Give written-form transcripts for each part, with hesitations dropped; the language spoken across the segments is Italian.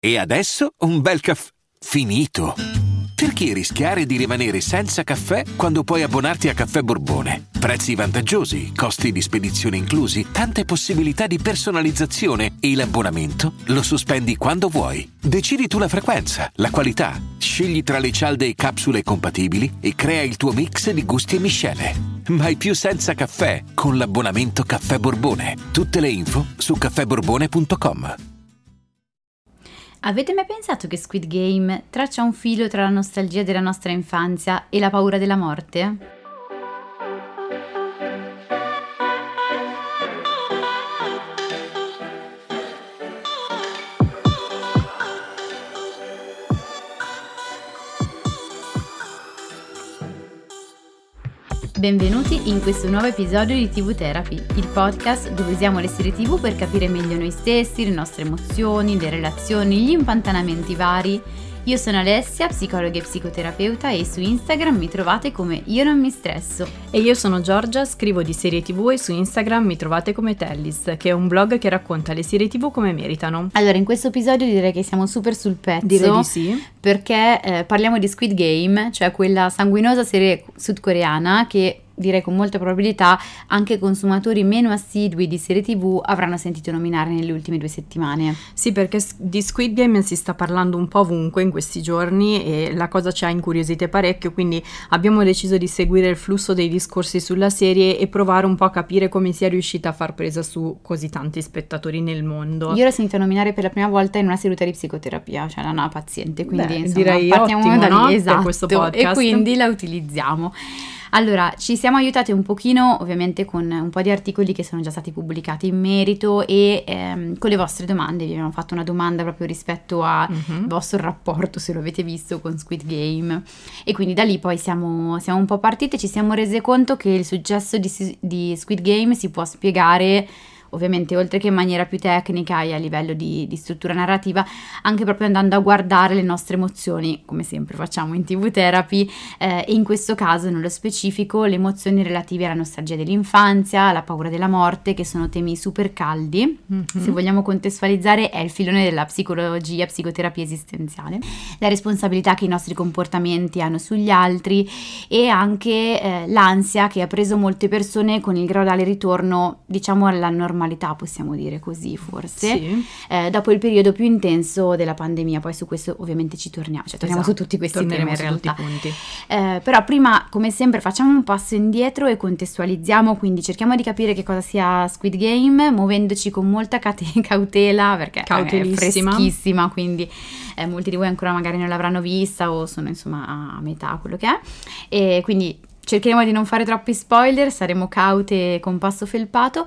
E adesso un bel caffè finito. Perché rischiare di rimanere senza caffè quando puoi abbonarti a Caffè Borbone? Prezzi vantaggiosi, costi di spedizione inclusi, tante possibilità di personalizzazione e l'abbonamento lo sospendi quando vuoi. Decidi tu la frequenza, la qualità, scegli tra le cialde e capsule compatibili e crea il tuo mix di gusti e miscele. Mai più senza caffè con l'abbonamento Caffè Borbone. Tutte le info su caffèborbone.com. Avete mai pensato che Squid Game traccia un filo tra la nostalgia della nostra infanzia e la paura della morte? Benvenuti in questo nuovo episodio di TV Therapy, il podcast dove usiamo le serie TV per capire meglio noi stessi, le nostre emozioni, le relazioni, gli impantanamenti vari. Io sono Alessia, psicologa e psicoterapeuta, e su Instagram mi trovate come Io non mi stresso. E io sono Giorgia, scrivo di serie TV e su Instagram mi trovate come Tellis, che è un blog che racconta le serie TV come meritano. Allora, in questo episodio direi che siamo super sul pezzo. Direi di sì. Perché parliamo di Squid Game, cioè quella sanguinosa serie sudcoreana che direi con molta probabilità anche consumatori meno assidui di serie TV avranno sentito nominare nelle ultime 2 settimane. Sì, perché di Squid Game si sta parlando un po' ovunque in questi giorni e la cosa ci ha incuriosite parecchio, quindi abbiamo deciso di seguire il flusso dei discorsi sulla serie e provare un po' a capire come sia riuscita a far presa su così tanti spettatori nel mondo. Io l'ho sentita nominare per la prima volta in una seduta di psicoterapia, cioè una paziente, quindi insomma, direi partiamo ottimo, da lì, no? esatto, Per questo podcast. E quindi la utilizziamo. Allora, ci siamo aiutate un pochino, ovviamente con un po' di articoli che sono già stati pubblicati in merito e con le vostre domande. Vi abbiamo fatto una domanda proprio rispetto al vostro rapporto, se lo avete visto, con Squid Game, e quindi da lì poi siamo un po' partite. Ci siamo rese conto che il successo di Squid Game si può spiegare, ovviamente, oltre che in maniera più tecnica e a livello di struttura narrativa, anche proprio andando a guardare le nostre emozioni, come sempre facciamo in TV Therapy, e in questo caso, nello specifico, le emozioni relative alla nostalgia dell'infanzia, alla paura della morte, che sono temi super caldi. Se vogliamo contestualizzare, è il filone della psicologia, psicoterapia esistenziale, la responsabilità che i nostri comportamenti hanno sugli altri e anche l'ansia che ha preso molte persone con il graduale ritorno, diciamo, alla normalità, possiamo dire così forse, sì. Dopo il periodo più intenso della pandemia. Poi su questo ovviamente ci torniamo, cioè torniamo su tutti questi temi in realtà. Punti. Però prima, come sempre, facciamo un passo indietro e contestualizziamo, quindi cerchiamo di capire che cosa sia Squid Game, muovendoci con molta cautela, perché è freschissima, quindi molti di voi ancora magari non l'avranno vista o sono insomma a metà quello che è, e quindi cercheremo di non fare troppi spoiler, saremo caute con passo felpato,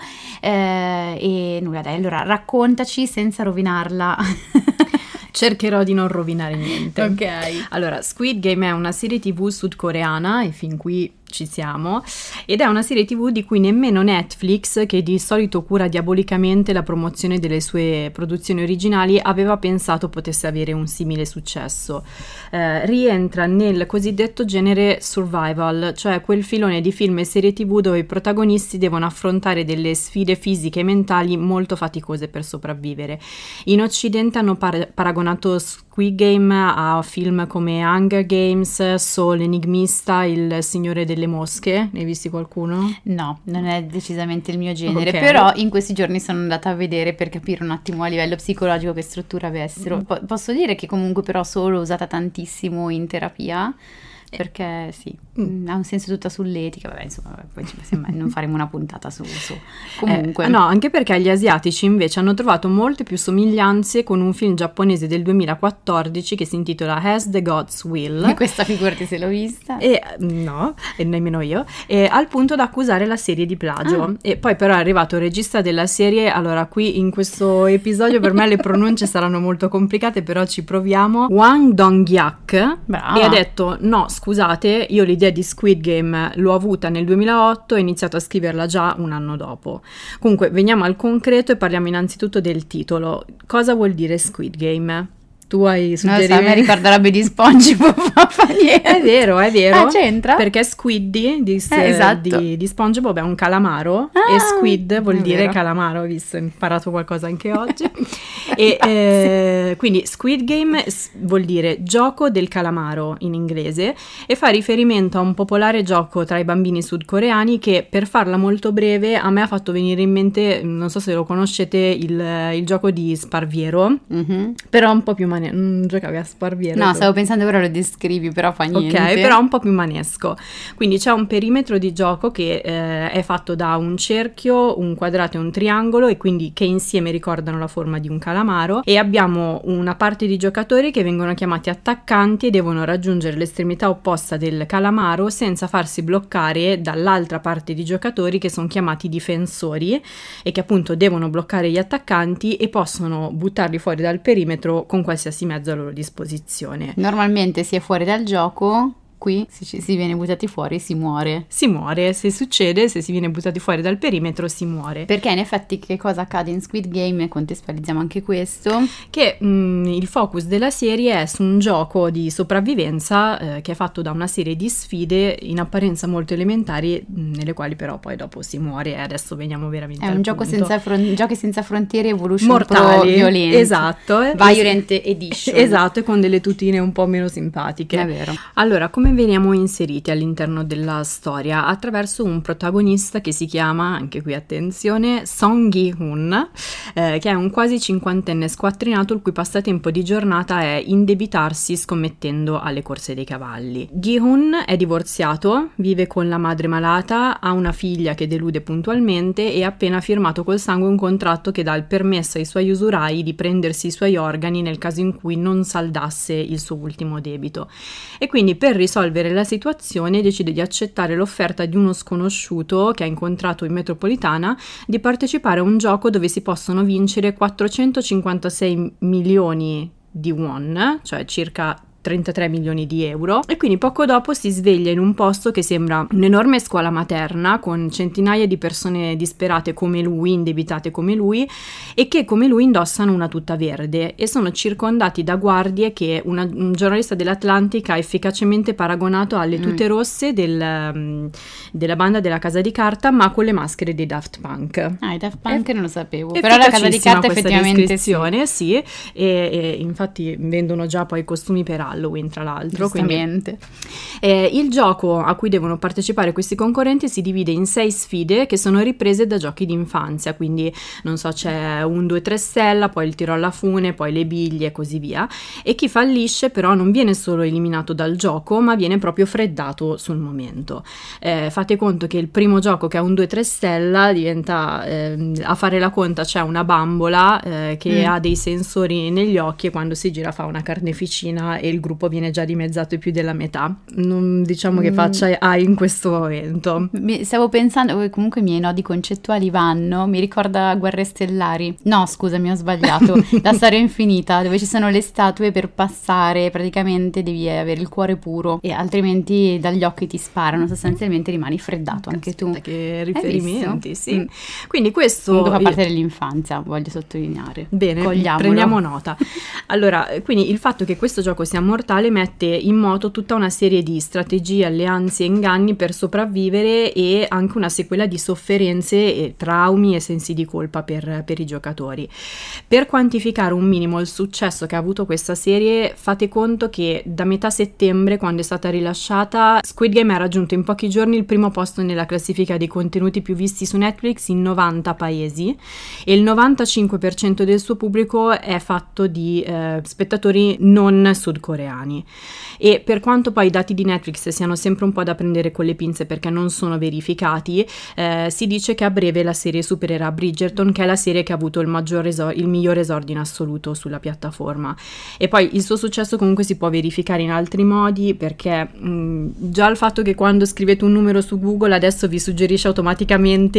e nulla, dai, allora raccontaci senza rovinarla. Cercherò di non rovinare niente. Ok. Allora, Squid Game è una serie TV sudcoreana e fin qui ci siamo, ed è una serie TV di cui nemmeno Netflix, che di solito cura diabolicamente la promozione delle sue produzioni originali, aveva pensato potesse avere un simile successo. Rientra nel cosiddetto genere survival, cioè quel filone di film e serie TV dove i protagonisti devono affrontare delle sfide fisiche e mentali molto faticose per sopravvivere. In Occidente hanno paragonato Squid Game a film come Hunger Games, Soul, Enigmista, Il Signore delle Mosche. Ne hai visti qualcuno? No, non è decisamente il mio genere, Okay. però in questi giorni sono andata a vedere per capire un attimo a livello psicologico che struttura avessero. Posso dire che comunque però Soul l'ho usata tantissimo in terapia, perché sì, ha un senso tutta sull'etica, vabbè, insomma, poi non faremo una puntata su. Comunque. No, anche perché gli asiatici invece hanno trovato molte più somiglianze con un film giapponese del 2014 che si intitola As the God's Will. E questa figurati se l'ho vista. E no, e nemmeno io, al punto da accusare la serie di plagio. E poi però è arrivato il regista della serie. Allora, qui in questo episodio per me le pronunce saranno molto complicate, però ci proviamo. Wang Dong-yak. Brava. E ha detto: no, scusate, io l'idea di Squid Game l'ho avuta nel 2008 e ho iniziato a scriverla già un anno dopo. Comunque, veniamo al concreto e parliamo innanzitutto del titolo. Cosa vuol dire Squid Game? Tu hai suggerimenti? Non lo so, a me ricorderebbe di SpongeBob, fa Niente. È vero. Ah, c'entra? Perché Squiddy esatto. di SpongeBob è un calamaro e Squid vuol dire vero. calamaro, ho visto, ho imparato qualcosa anche oggi. E quindi Squid Game vuol dire gioco del calamaro in inglese e fa riferimento a un popolare gioco tra i bambini sudcoreani che, per farla molto breve, a me ha fatto venire in mente, non so se lo conoscete, il gioco di Sparviero, però un po' più non giocavi a Sparviero? No, stavo pensando ora lo descrivi, però fa niente. Ok, però un po' più manesco. Quindi c'è un perimetro di gioco che è fatto da un cerchio, un quadrato e un triangolo, e quindi che insieme ricordano la forma di un calamaro, e abbiamo una parte di giocatori che vengono chiamati attaccanti e devono raggiungere l'estremità opposta del calamaro senza farsi bloccare dall'altra parte di giocatori che sono chiamati difensori e che appunto devono bloccare gli attaccanti e possono buttarli fuori dal perimetro con qualsiasi mezzo a loro disposizione. Normalmente si è fuori dal gioco, qui se si viene buttati fuori si muore. Si muore, se si viene buttati fuori dal perimetro si muore. Perché in effetti che cosa accade in Squid Game, contestualizziamo anche questo, che il focus della serie è su un gioco di sopravvivenza che è fatto da una serie di sfide in apparenza molto elementari, nelle quali però poi dopo si muore, e adesso veniamo veramente è al un gioco punto. Giochi senza frontiere, Evolution mortali, Pro Violent. esatto, Violent Edition. esatto, e con delle tutine un po' meno simpatiche. È vero. Allora, come veniamo inseriti all'interno della storia? Attraverso un protagonista che si chiama, anche qui attenzione, Song Gi-hun, che è un quasi cinquantenne squattrinato il cui passatempo di giornata è indebitarsi scommettendo alle corse dei cavalli. Gi-hun è divorziato, vive con la madre malata, ha una figlia che delude puntualmente e ha appena firmato col sangue un contratto che dà il permesso ai suoi usurai di prendersi i suoi organi nel caso in cui non saldasse il suo ultimo debito. E quindi, per risolvere la situazione, decide di accettare l'offerta di uno sconosciuto che ha incontrato in metropolitana di partecipare a un gioco dove si possono vincere 456 milioni di won, cioè circa 33 milioni di euro, e quindi poco dopo si sveglia in un posto che sembra un'enorme scuola materna con centinaia di persone disperate come lui, indebitate come lui, e che come lui indossano una tuta verde e sono circondati da guardie che un giornalista dell'Atlantic ha efficacemente paragonato alle tute rosse della banda della Casa di Carta, ma con le maschere dei Daft Punk. I Daft Punk non lo sapevo, però la Casa di Carta effettivamente sì, e infatti vendono già poi costumi per Halloween, tra l'altro. Giustamente. Il gioco a cui devono partecipare questi concorrenti si divide in 6 sfide che sono riprese da giochi di infanzia, quindi non so, c'è un 2-3 stella, poi il tiro alla fune, poi le biglie e così via, e chi fallisce però non viene solo eliminato dal gioco, ma viene proprio freddato sul momento. Fate conto che il primo gioco, che è un 2-3 stella, diventa a fare la conta c'è una bambola che ha dei sensori negli occhi e quando si gira fa una carneficina e il gruppo viene già dimezzato più della metà. Non diciamo che faccia in questo momento. Stavo pensando, comunque i miei nodi concettuali vanno, mi ricorda Guerre Stellari. No, scusami, ho sbagliato. La storia infinita, dove ci sono le statue per passare, praticamente devi avere il cuore puro e altrimenti dagli occhi ti sparano, sostanzialmente rimani freddato anche tu. Che riferimenti, sì. Quindi questo comunque fa parte dell'infanzia, voglio sottolineare. Bene, cogliamolo. Prendiamo nota. Allora, quindi il fatto che questo gioco sia mortale mette in moto tutta una serie di strategie, alleanze e inganni per sopravvivere, e anche una sequela di sofferenze e traumi e sensi di colpa per i giocatori. Per quantificare un minimo il successo che ha avuto questa serie, fate conto che da metà settembre, quando è stata rilasciata, Squid Game ha raggiunto in pochi giorni il primo posto nella classifica dei contenuti più visti su Netflix in 90 paesi, e il 95% del suo pubblico è fatto di spettatori non sudcoreani. E per quanto poi i dati di Netflix siano sempre un po' da prendere con le pinze perché non sono verificati, si dice che a breve la serie supererà Bridgerton, che è la serie che ha avuto il miglior esordio in assoluto sulla piattaforma. E poi il suo successo comunque si può verificare in altri modi, perché già il fatto che quando scrivete un numero su Google adesso vi suggerisce automaticamente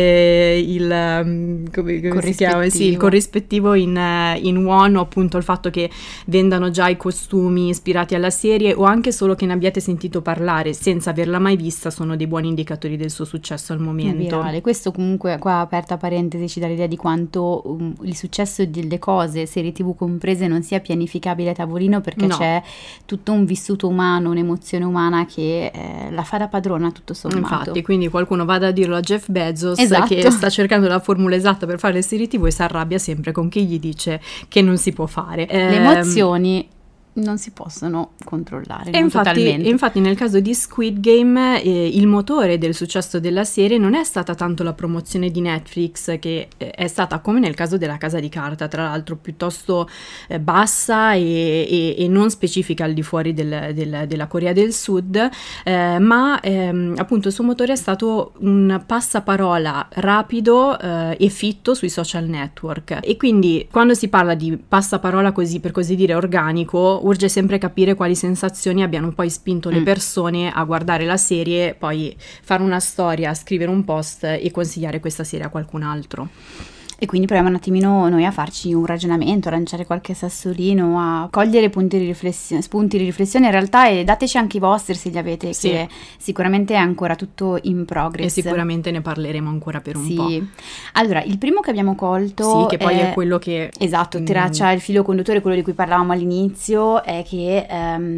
il corrispettivo in won, o appunto il fatto che vendano già i costumi costumi ispirati alla serie o anche solo che ne abbiate sentito parlare senza averla mai vista sono dei buoni indicatori del suo successo al momento. Questo comunque, qua aperta parentesi, ci dà l'idea di quanto il successo delle cose, serie TV comprese, non sia pianificabile a tavolino, perché c'è tutto un vissuto umano, un'emozione umana che la fa da padrona tutto sommato. Infatti, quindi qualcuno vada a dirlo a Jeff Bezos, esatto, che sta cercando la formula esatta per fare le serie TV e si arrabbia sempre con chi gli dice che non si può fare. Le emozioni non si possono controllare, e infatti nel caso di Squid Game il motore del successo della serie non è stata tanto la promozione di Netflix, che è stata, come nel caso della Casa di Carta, tra l'altro piuttosto bassa e non specifica al di fuori della Corea del Sud, ma appunto il suo motore è stato un passaparola rapido e fitto sui social network, e quindi quando si parla di passaparola così, per così dire, organico, urge sempre capire quali sensazioni abbiano poi spinto le persone a guardare la serie, poi fare una storia, scrivere un post e consigliare questa serie a qualcun altro. E quindi proviamo un attimino noi a farci un ragionamento, a lanciare qualche sassolino, a cogliere spunti di riflessione in realtà, e dateci anche i vostri se li avete, sì, che sicuramente è ancora tutto in progress. E sicuramente ne parleremo ancora per un po'. Allora, il primo che abbiamo colto, sì, che poi è quello che... Esatto, traccia il filo conduttore, quello di cui parlavamo all'inizio, è che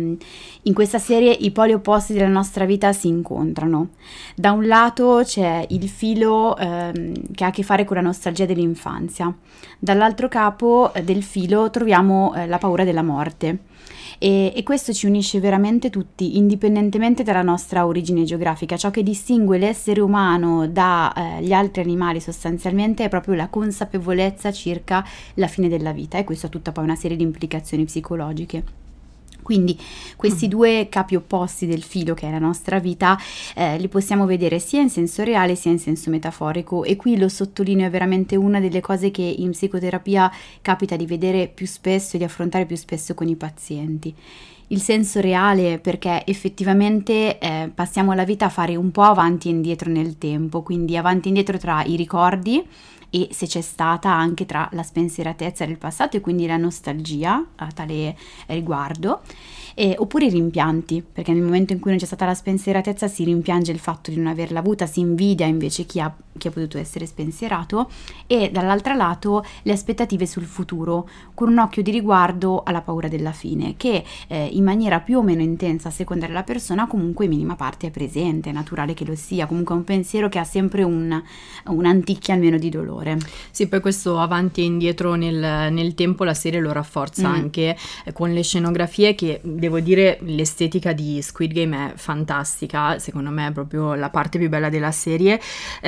in questa serie i poli opposti della nostra vita si incontrano. Da un lato c'è il filo che ha a che fare con la nostalgia dell'infanzia, dall'altro capo del filo troviamo la paura della morte, e questo ci unisce veramente tutti, indipendentemente dalla nostra origine geografica. Ciò che distingue l'essere umano dagli altri animali sostanzialmente è proprio la consapevolezza circa la fine della vita, e questo ha tutta poi una serie di implicazioni psicologiche. Quindi questi due capi opposti del filo che è la nostra vita li possiamo vedere sia in senso reale sia in senso metaforico, e qui lo sottolineo, è veramente una delle cose che in psicoterapia capita di vedere più spesso e di affrontare più spesso con i pazienti. Il senso reale perché effettivamente passiamo la vita a fare un po' avanti e indietro nel tempo, quindi avanti e indietro tra i ricordi e, se c'è stata, anche tra la spensieratezza del passato e quindi la nostalgia a tale riguardo, oppure i rimpianti, perché nel momento in cui non c'è stata la spensieratezza si rimpiange il fatto di non averla avuta, si invidia invece chi ha potuto essere spensierato, e dall'altro lato le aspettative sul futuro, con un occhio di riguardo alla paura della fine, che in maniera più o meno intensa a seconda della persona comunque in minima parte è presente, è naturale che lo sia, comunque è un pensiero che ha sempre un'anticchia almeno di dolore. Sì, poi questo avanti e indietro nel tempo la serie lo rafforza anche con le scenografie, che devo dire l'estetica di Squid Game è fantastica, secondo me è proprio la parte più bella della serie,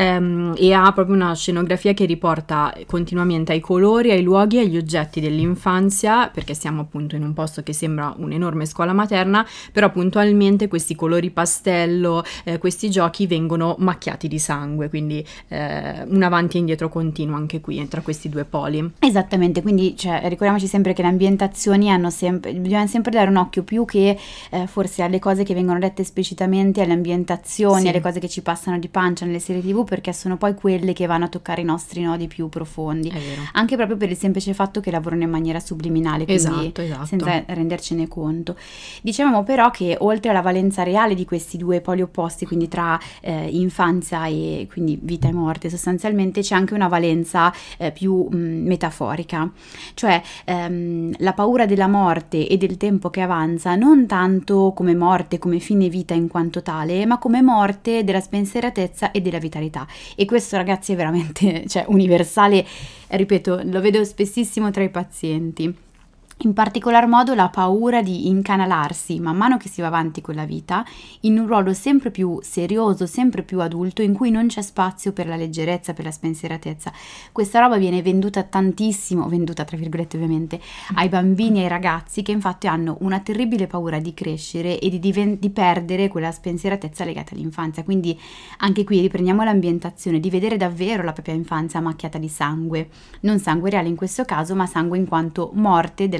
e ha proprio una scenografia che riporta continuamente ai colori, ai luoghi e agli oggetti dell'infanzia, perché siamo appunto in un posto che sembra un'enorme scuola materna, però puntualmente questi colori pastello, questi giochi vengono macchiati di sangue, quindi un avanti e indietro continuo anche qui tra questi due poli. Esattamente, quindi ricordiamoci sempre che le ambientazioni bisogna sempre dare un occhio più che forse alle cose che vengono dette esplicitamente, alle ambientazioni, alle cose che ci passano di pancia nelle serie TV, perché sono poi quelle che vanno a toccare i nostri nodi più profondi. È vero. Anche proprio per il semplice fatto che lavorano in maniera subliminale, quindi esatto. senza rendercene conto. Dicevamo però che oltre alla valenza reale di questi due poli opposti, quindi tra infanzia e quindi vita e morte sostanzialmente, c'è anche una valenza più metaforica, cioè la paura della morte e del tempo che avanza non tanto come morte, come fine vita in quanto tale, ma come morte della spensieratezza e della vitalità. E questo, ragazzi, è veramente universale, ripeto, lo vedo spessissimo tra i pazienti. In particolar modo la paura di incanalarsi man mano che si va avanti con la vita in un ruolo sempre più serioso, sempre più adulto, in cui non c'è spazio per la leggerezza, per la spensieratezza. Questa roba viene venduta tantissimo, venduta tra virgolette ovviamente, ai bambini e ai ragazzi, che infatti hanno una terribile paura di crescere e di perdere quella spensieratezza legata all'infanzia. Quindi anche qui riprendiamo l'ambientazione, di vedere davvero la propria infanzia macchiata di sangue, non sangue reale in questo caso, ma sangue in quanto morte della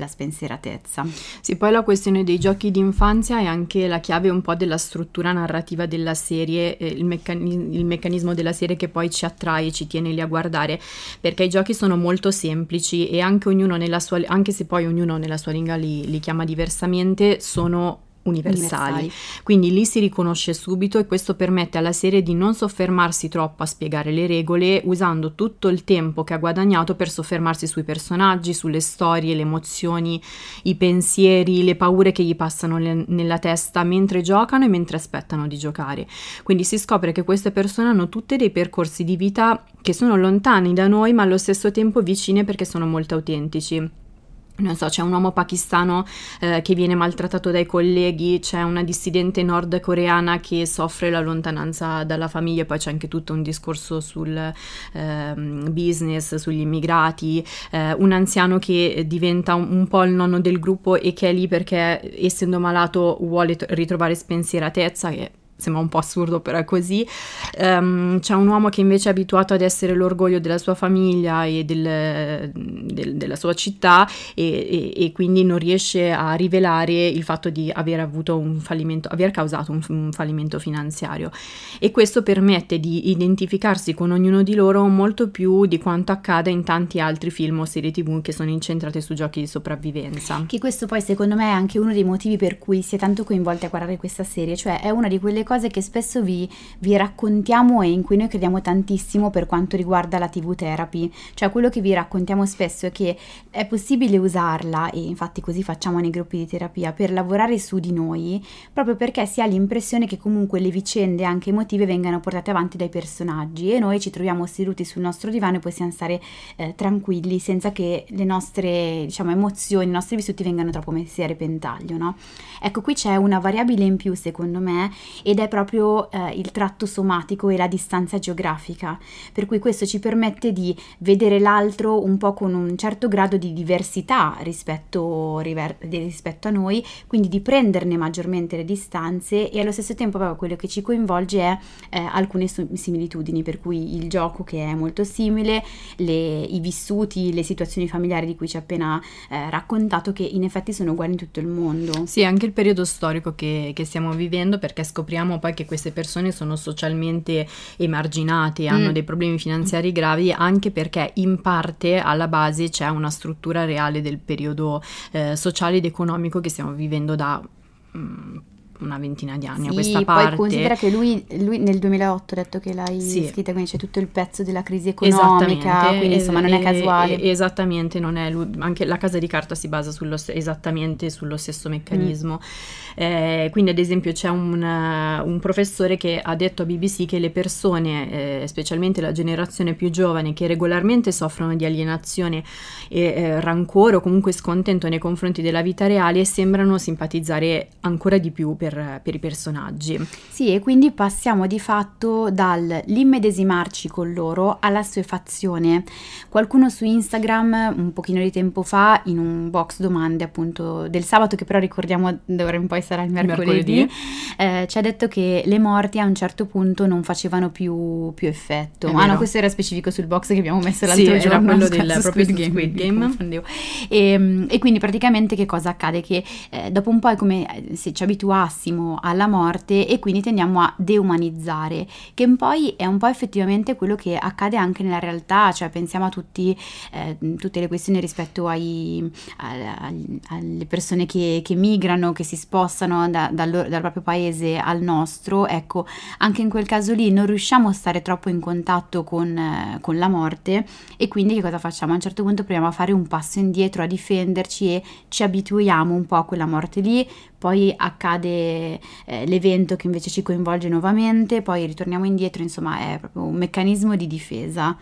spensieratezza. Sì, poi la questione dei giochi d'infanzia è anche la chiave un po' della struttura narrativa della serie, il meccanismo della serie che poi ci attrae e ci tiene lì a guardare, perché i giochi sono molto semplici e anche ognuno anche se poi ognuno nella sua lingua li chiama diversamente, sono universali. Quindi lì si riconosce subito, e questo permette alla serie di non soffermarsi troppo a spiegare le regole, usando tutto il tempo che ha guadagnato per soffermarsi sui personaggi, sulle storie, le emozioni, i pensieri, le paure che gli passano nella testa mentre giocano e mentre aspettano di giocare. Quindi si scopre che queste persone hanno tutte dei percorsi di vita che sono lontani da noi ma allo stesso tempo vicine, perché sono molto autentici. Non so, c'è un uomo pakistano che viene maltrattato dai colleghi, c'è una dissidente nordcoreana che soffre la lontananza dalla famiglia, poi c'è anche tutto un discorso sul business, sugli immigrati, un anziano che diventa un po' il nonno del gruppo e che è lì perché, essendo malato, vuole ritrovare spensieratezza, che sembra un po' assurdo, però è così. C'è un uomo che invece è abituato ad essere l'orgoglio della sua famiglia e della sua città, e quindi non riesce a rivelare il fatto di aver avuto un fallimento, aver causato un fallimento finanziario, e questo permette di identificarsi con ognuno di loro molto più di quanto accada in tanti altri film o serie TV che sono incentrate su giochi di sopravvivenza. Che questo poi secondo me è anche uno dei motivi per cui si è tanto coinvolti a guardare questa serie, cioè è una di quelle cose che spesso vi raccontiamo e in cui noi crediamo tantissimo per quanto riguarda la TV therapy, cioè quello che vi raccontiamo spesso è che è possibile usarla, e infatti così facciamo nei gruppi di terapia, per lavorare su di noi, proprio perché si ha l'impressione che comunque le vicende anche emotive vengano portate avanti dai personaggi e noi ci troviamo seduti sul nostro divano e possiamo stare tranquilli senza che le nostre, diciamo, emozioni, i nostri vissuti vengano troppo messi a repentaglio, no? Ecco, qui c'è una variabile in più secondo me, ed è proprio il tratto somatico e la distanza geografica, per cui questo ci permette di vedere l'altro un po' con un certo grado di diversità rispetto a noi, quindi di prenderne maggiormente le distanze, e allo stesso tempo proprio quello che ci coinvolge è alcune similitudini, per cui il gioco che è molto simile, i vissuti, le situazioni familiari di cui ci ha appena raccontato, che in effetti sono uguali in tutto il mondo. Sì, anche il periodo storico che stiamo vivendo, perché scopriamo poi che queste persone sono socialmente emarginate, hanno dei problemi finanziari gravi, anche perché in parte alla base c'è una struttura reale del periodo sociale ed economico che stiamo vivendo da una ventina di anni a questa parte. Poi considera che lui nel 2008 ha detto che l'hai scritta, quindi c'è tutto il pezzo della crisi economica, quindi insomma non è casuale. Esattamente, non è anche La Casa di Carta si basa esattamente sullo stesso meccanismo. Quindi ad esempio c'è un professore che ha detto a BBC che le persone, specialmente la generazione più giovane, che regolarmente soffrono di alienazione e rancore o comunque scontento nei confronti della vita reale, sembrano simpatizzare ancora di più per i personaggi. Sì, e quindi passiamo di fatto dall'immedesimarci con loro all'assuefazione. Qualcuno su Instagram un pochino di tempo fa, in un box domande appunto del sabato, che però ricordiamo d'ora in poi sarà il mercoledì. Ci ha detto che le morti a un certo punto non facevano più effetto. No, questo era specifico sul box che abbiamo messo l'altro giorno. Era quello proprio Squid Game. E quindi praticamente che cosa accade? Che dopo un po' è come se ci abituassimo alla morte, e quindi tendiamo a deumanizzare, che poi è un po' effettivamente quello che accade anche nella realtà, cioè pensiamo a tutte le questioni rispetto alle persone che migrano, che si spostano dal proprio paese al nostro. Ecco, anche in quel caso lì non riusciamo a stare troppo in contatto con la morte, e quindi che cosa facciamo? A un certo punto proviamo a fare un passo indietro, a difenderci, e ci abituiamo un po' a quella morte lì. Poi accade l'evento che invece ci coinvolge nuovamente, poi ritorniamo indietro, insomma è proprio un meccanismo di difesa.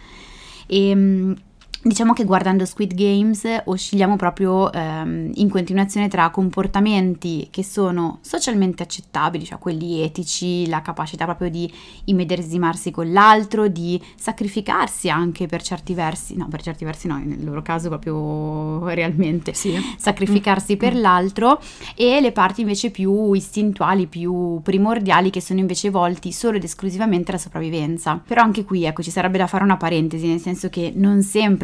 E diciamo che guardando Squid Games oscilliamo proprio in continuazione tra comportamenti che sono socialmente accettabili, cioè quelli etici, la capacità proprio di immedesimarsi con l'altro, di sacrificarsi anche per certi versi no, nel loro caso proprio realmente sacrificarsi per l'altro, e le parti invece più istintuali, più primordiali, che sono invece volti solo ed esclusivamente alla sopravvivenza. Però anche qui, ecco, ci sarebbe da fare una parentesi, nel senso che non sempre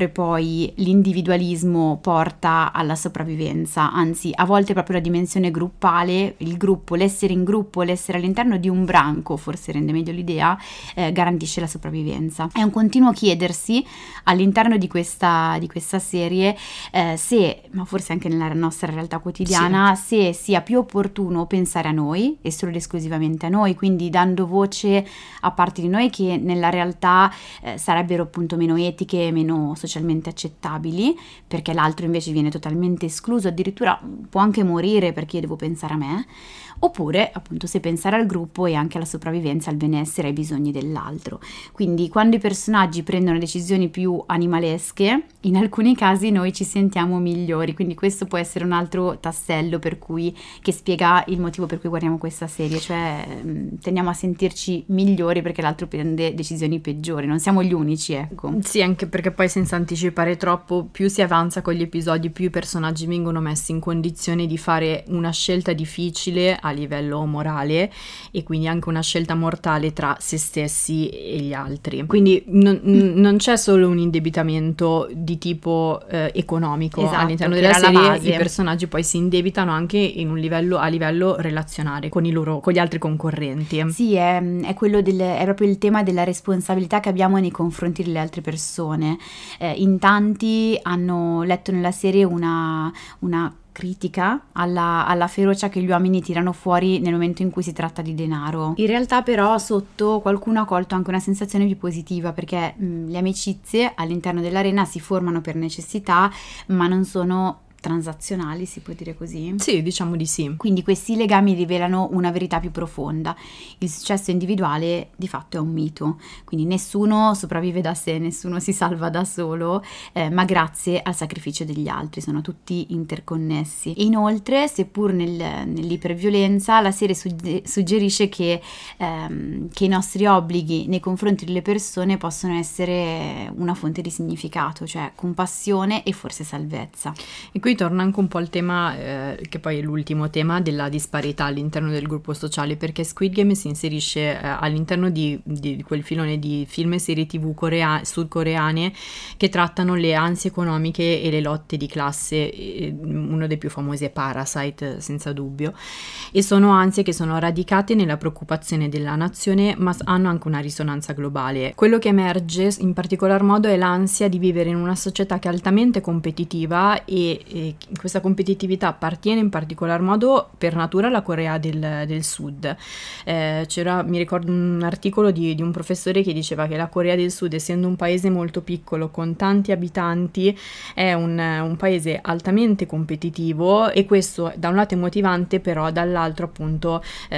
sempre poi l'individualismo porta alla sopravvivenza, anzi a volte proprio la dimensione gruppale, il gruppo, l'essere in gruppo, l'essere all'interno di un branco, forse rende meglio l'idea, garantisce la sopravvivenza. È un continuo chiedersi all'interno di questa serie se, ma forse anche nella nostra realtà quotidiana, se sia più opportuno pensare a noi e solo ed esclusivamente a noi, quindi dando voce a parti di noi che nella realtà sarebbero appunto meno etiche, meno socialmente accettabili, perché l'altro invece viene totalmente escluso, addirittura può anche morire perché io devo pensare a me, oppure appunto se pensare al gruppo e anche alla sopravvivenza, al benessere, ai bisogni dell'altro. Quindi quando i personaggi prendono decisioni più animalesche, in alcuni casi noi ci sentiamo migliori, quindi questo può essere un altro tassello che spiega il motivo per cui guardiamo questa serie, cioè tendiamo a sentirci migliori perché l'altro prende decisioni peggiori, non siamo gli unici, ecco. Sì, anche perché poi senza anticipare troppo, più si avanza con gli episodi, più i personaggi vengono messi in condizione di fare una scelta difficile a livello morale e quindi anche una scelta mortale tra se stessi e gli altri. Quindi non c'è solo un indebitamento di tipo economico, esatto, all'interno della serie, i personaggi poi si indebitano anche a livello relazionale con gli altri concorrenti. Sì, è proprio il tema della responsabilità che abbiamo nei confronti delle altre persone. In tanti hanno letto nella serie una critica alla ferocia che gli uomini tirano fuori nel momento in cui si tratta di denaro. In realtà però sotto qualcuno ha colto anche una sensazione più positiva, perché le amicizie all'interno dell'arena si formano per necessità, ma non sono transazionali, si può dire così? Sì, diciamo di sì. Quindi questi legami rivelano una verità più profonda. Il successo individuale di fatto è un mito, quindi nessuno sopravvive da sé, nessuno si salva da solo, ma grazie al sacrificio degli altri, sono tutti interconnessi. E inoltre, seppur nell'iperviolenza, la serie suggerisce che i nostri obblighi nei confronti delle persone possono essere una fonte di significato, cioè compassione e forse salvezza. E qui torna anche un po' il tema, che poi è l'ultimo tema, della disparità all'interno del gruppo sociale, perché Squid Game si inserisce all'interno di quel filone di film e serie TV sudcoreane che trattano le ansie economiche e le lotte di classe. Uno dei più famosi è Parasite, senza dubbio, e sono ansie che sono radicate nella preoccupazione della nazione, ma hanno anche una risonanza globale. Quello che emerge in particolar modo è l'ansia di vivere in una società che è altamente competitiva e questa competitività appartiene in particolar modo per natura alla Corea del Sud. Mi ricordo un articolo di un professore che diceva che la Corea del Sud, essendo un paese molto piccolo con tanti abitanti, è un paese altamente competitivo, e questo da un lato è motivante, però dall'altro appunto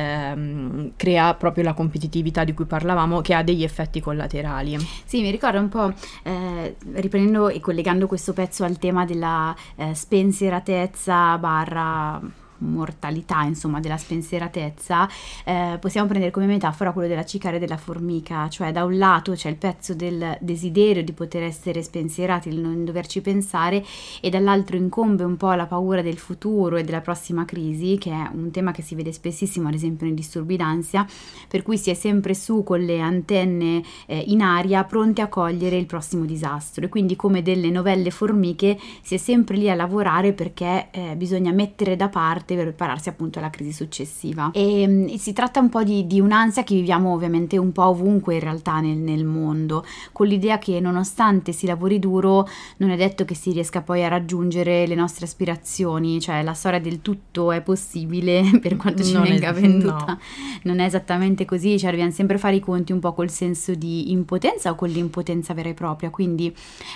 crea proprio la competitività di cui parlavamo, che ha degli effetti collaterali. Sì, mi ricordo un po', riprendendo e collegando questo pezzo al tema della spensieratezza / mortalità, insomma, della spensieratezza, possiamo prendere come metafora quello della cicala e della formica, cioè da un lato c'è il pezzo del desiderio di poter essere spensierati, di non doverci pensare, e dall'altro incombe un po' la paura del futuro e della prossima crisi, che è un tema che si vede spessissimo ad esempio nei disturbi d'ansia, per cui si è sempre su con le antenne in aria, pronti a cogliere il prossimo disastro, e quindi come delle novelle formiche si è sempre lì a lavorare perché bisogna mettere da parte per prepararsi appunto alla crisi successiva. E si tratta un po' di un'ansia che viviamo ovviamente un po' ovunque in realtà nel mondo, con l'idea che nonostante si lavori duro non è detto che si riesca poi a raggiungere le nostre aspirazioni, cioè la storia del tutto è possibile per quanto ci venga venduta. No. Non è esattamente così, cioè dobbiamo sempre fare i conti un po' col senso di impotenza o con l'impotenza vera e propria, quindi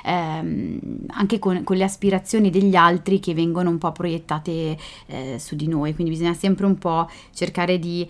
anche con le aspirazioni degli altri che vengono un po' proiettate su di noi, quindi bisogna sempre un po' cercare di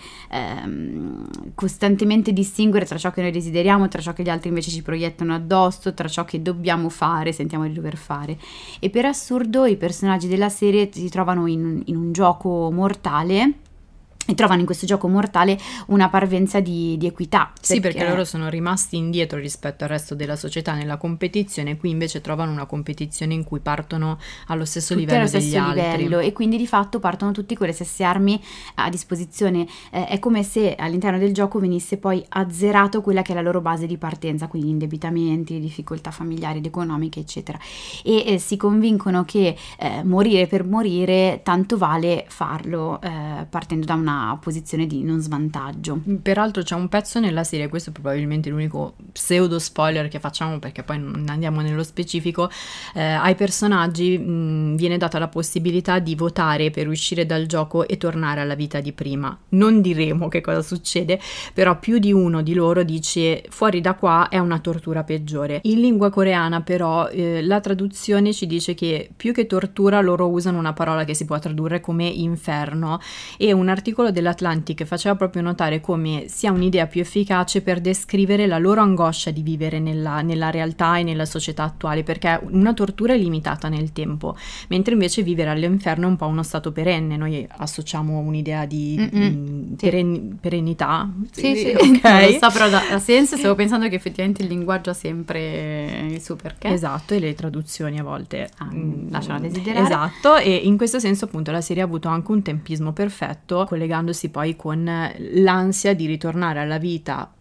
costantemente distinguere tra ciò che noi desideriamo, tra ciò che gli altri invece ci proiettano addosso, tra ciò che dobbiamo fare, sentiamo di dover fare. E per assurdo i personaggi della serie si trovano in un gioco mortale e trovano in questo gioco mortale una parvenza di equità. Sì, perché loro sono rimasti indietro rispetto al resto della società nella competizione, qui invece trovano una competizione in cui partono allo stesso livello degli altri. E quindi di fatto partono tutti con le stesse armi a disposizione. È come se all'interno del gioco venisse poi azzerato quella che è la loro base di partenza, quindi indebitamenti, difficoltà familiari ed economiche, eccetera. E si convincono che morire per morire tanto vale farlo partendo da una posizione di non svantaggio. Peraltro c'è un pezzo nella serie, questo è probabilmente l'unico pseudo spoiler che facciamo perché poi non andiamo nello specifico, ai personaggi viene data la possibilità di votare per uscire dal gioco e tornare alla vita di prima. Non diremo che cosa succede, però più di uno di loro dice fuori da qua è una tortura peggiore. In lingua coreana però la traduzione ci dice che più che tortura loro usano una parola che si può tradurre come inferno, e un articolo dell'Atlantic faceva proprio notare come sia un'idea più efficace per descrivere la loro angoscia di vivere nella realtà e nella società attuale, perché una tortura è limitata nel tempo, mentre invece vivere all'inferno è un po' uno stato perenne. Noi associamo un'idea di perennità. Sì, ok. Non lo so, però ha senso. Stavo pensando che effettivamente il linguaggio ha sempre il suo perché. Esatto, e le traduzioni a volte lasciano a desiderare. Esatto, e in questo senso appunto la serie ha avuto anche un tempismo perfetto, collegandosi poi con l'ansia di ritornare alla vita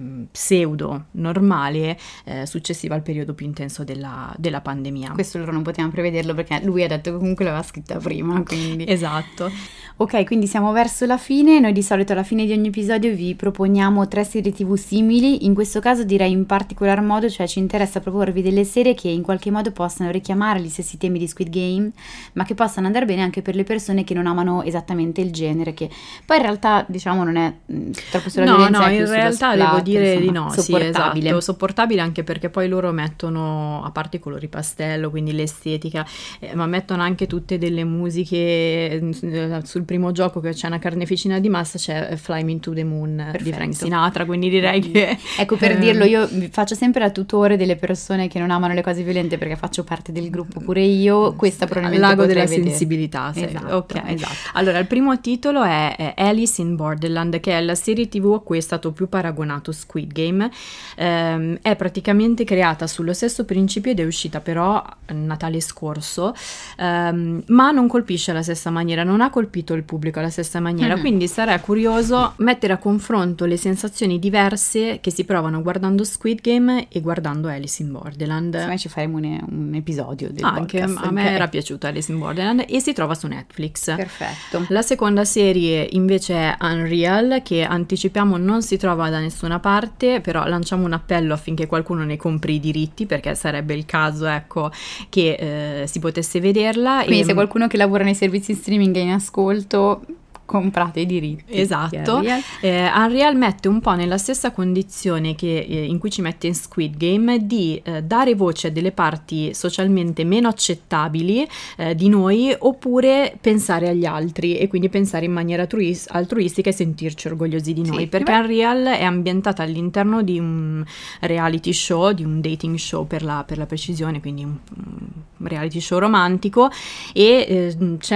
pseudo normale successiva al periodo più intenso della pandemia. Questo loro non potevano prevederlo perché lui ha detto che comunque l'aveva scritta prima, quindi. Esatto. Ok, quindi siamo verso la fine. Noi di solito alla fine di ogni episodio vi proponiamo 3 serie TV simili. In questo caso direi in particolar modo, cioè ci interessa proporvi delle serie che in qualche modo possano richiamare gli stessi temi di Squid Game, ma che possano andare bene anche per le persone che non amano esattamente il genere, che poi in realtà diciamo non è troppo sulla violenza. No, in realtà devo dire insomma, di no, sopportabile. Sì, esatto, sopportabile anche perché poi loro mettono, a parte i colori pastello, quindi l'estetica, ma mettono anche tutte delle musiche. Sul primo gioco che c'è una carneficina di massa c'è Fly Me to the Moon. Perfetto. Di Frank Sinatra, quindi direi che ecco, per dirlo, io faccio sempre la tutore delle persone che non amano le cose violente perché faccio parte del gruppo pure io. Questa probabilmente Lago della vedere. Sensibilità, sì. Esatto, ok, esatto. Allora il primo titolo è Alice in Borderland, che è la serie TV a cui è stato più paragonato Squid Game. È praticamente creata sullo stesso principio ed è uscita però Natale scorso, ma non colpisce alla stessa maniera, non ha colpito il pubblico alla stessa maniera, quindi sarà curioso mettere a confronto le sensazioni diverse che si provano guardando Squid Game e guardando Alice in Borderland. Secondo me ci faremo un episodio del anche podcast. A me era piaciuta Alice in Borderland e si trova su Netflix. Perfetto. La seconda serie invece è Unreal, che anticipiamo non si trova da nessuna parte, però lanciamo un appello affinché qualcuno ne compri i diritti, perché sarebbe il caso, ecco, che si potesse vederla. Quindi se qualcuno che lavora nei servizi streaming è in ascolto, comprate i diritti. Esatto. Unreal mette un po' nella stessa condizione che in cui ci mette in Squid Game, di dare voce a delle parti socialmente meno accettabili di noi, oppure pensare agli altri e quindi pensare in maniera altruistica e sentirci orgogliosi di noi, perché Unreal è ambientata all'interno di un reality show, di un dating show per la precisione, quindi un reality show romantico, e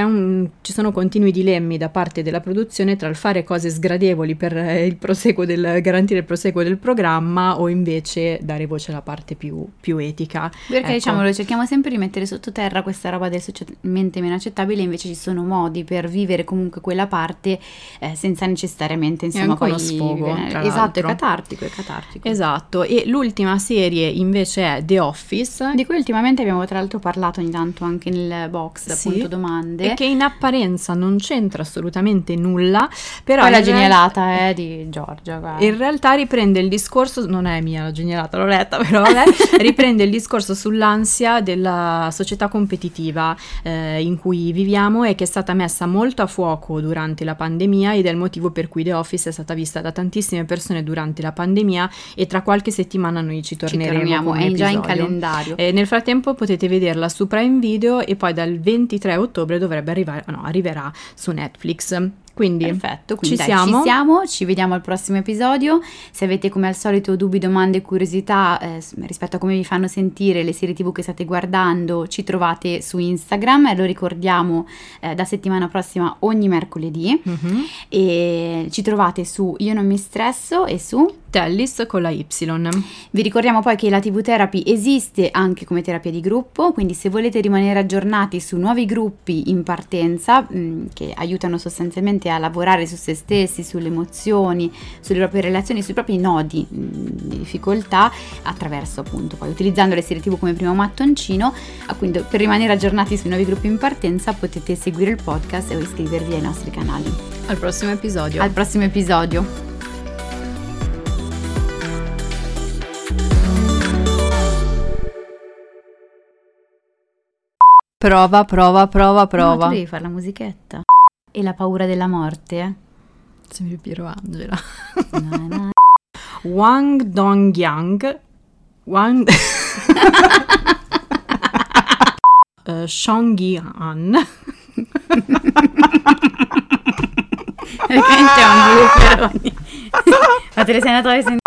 ci sono continui dilemmi da parte della produzione tra il fare cose sgradevoli per garantire il proseguo del programma o invece dare voce alla parte più etica. Perché ecco. diciamolo, cerchiamo sempre di mettere sottoterra questa roba del socialmente meno accettabile, invece ci sono modi per vivere comunque quella parte senza necessariamente insomma poi uno sfogo, esatto, è catartico. Esatto. E l'ultima serie invece è The Office, di cui ultimamente abbiamo tra l'altro parlato ogni tanto anche nel box, appunto domande, e che in apparenza non c'entra assolutamente nulla, però poi la genialata è di Giorgia, guarda. In realtà riprende il discorso, non è mia la genialata, l'ho letta, però riprende il discorso sull'ansia della società competitiva in cui viviamo e che è stata messa molto a fuoco durante la pandemia, ed è il motivo per cui The Office è stata vista da tantissime persone durante la pandemia, e tra qualche settimana noi ci torneremo è già in calendario. Nel frattempo potete vederla su Prime Video e poi dal 23 ottobre arriverà su Netflix. Quindi, perfetto, quindi ci dai, siamo. ci vediamo al prossimo episodio. Se avete come al solito dubbi, domande e curiosità rispetto a come vi fanno sentire le serie TV che state guardando, ci trovate su Instagram, e lo ricordiamo da settimana prossima ogni mercoledì. E ci trovate su Io non mi stresso e su Tellis con la Y. Vi ricordiamo poi che la TV Therapy esiste anche come terapia di gruppo, quindi se volete rimanere aggiornati su nuovi gruppi in partenza che aiutano sostanzialmente a lavorare su se stessi, sulle emozioni, sulle proprie relazioni, sui propri nodi di difficoltà, attraverso appunto poi utilizzando le serie TV come primo mattoncino, quindi per rimanere aggiornati sui nuovi gruppi in partenza potete seguire il podcast o iscrivervi ai nostri canali. Al prossimo episodio. Al prossimo episodio. Prova. No, tu devi fare la musichetta. E la paura della morte? Sembri Piero Angela. No. Wang Dongyang. Shongyi-an. Veramente è un due peroni. Ma te le sei andato a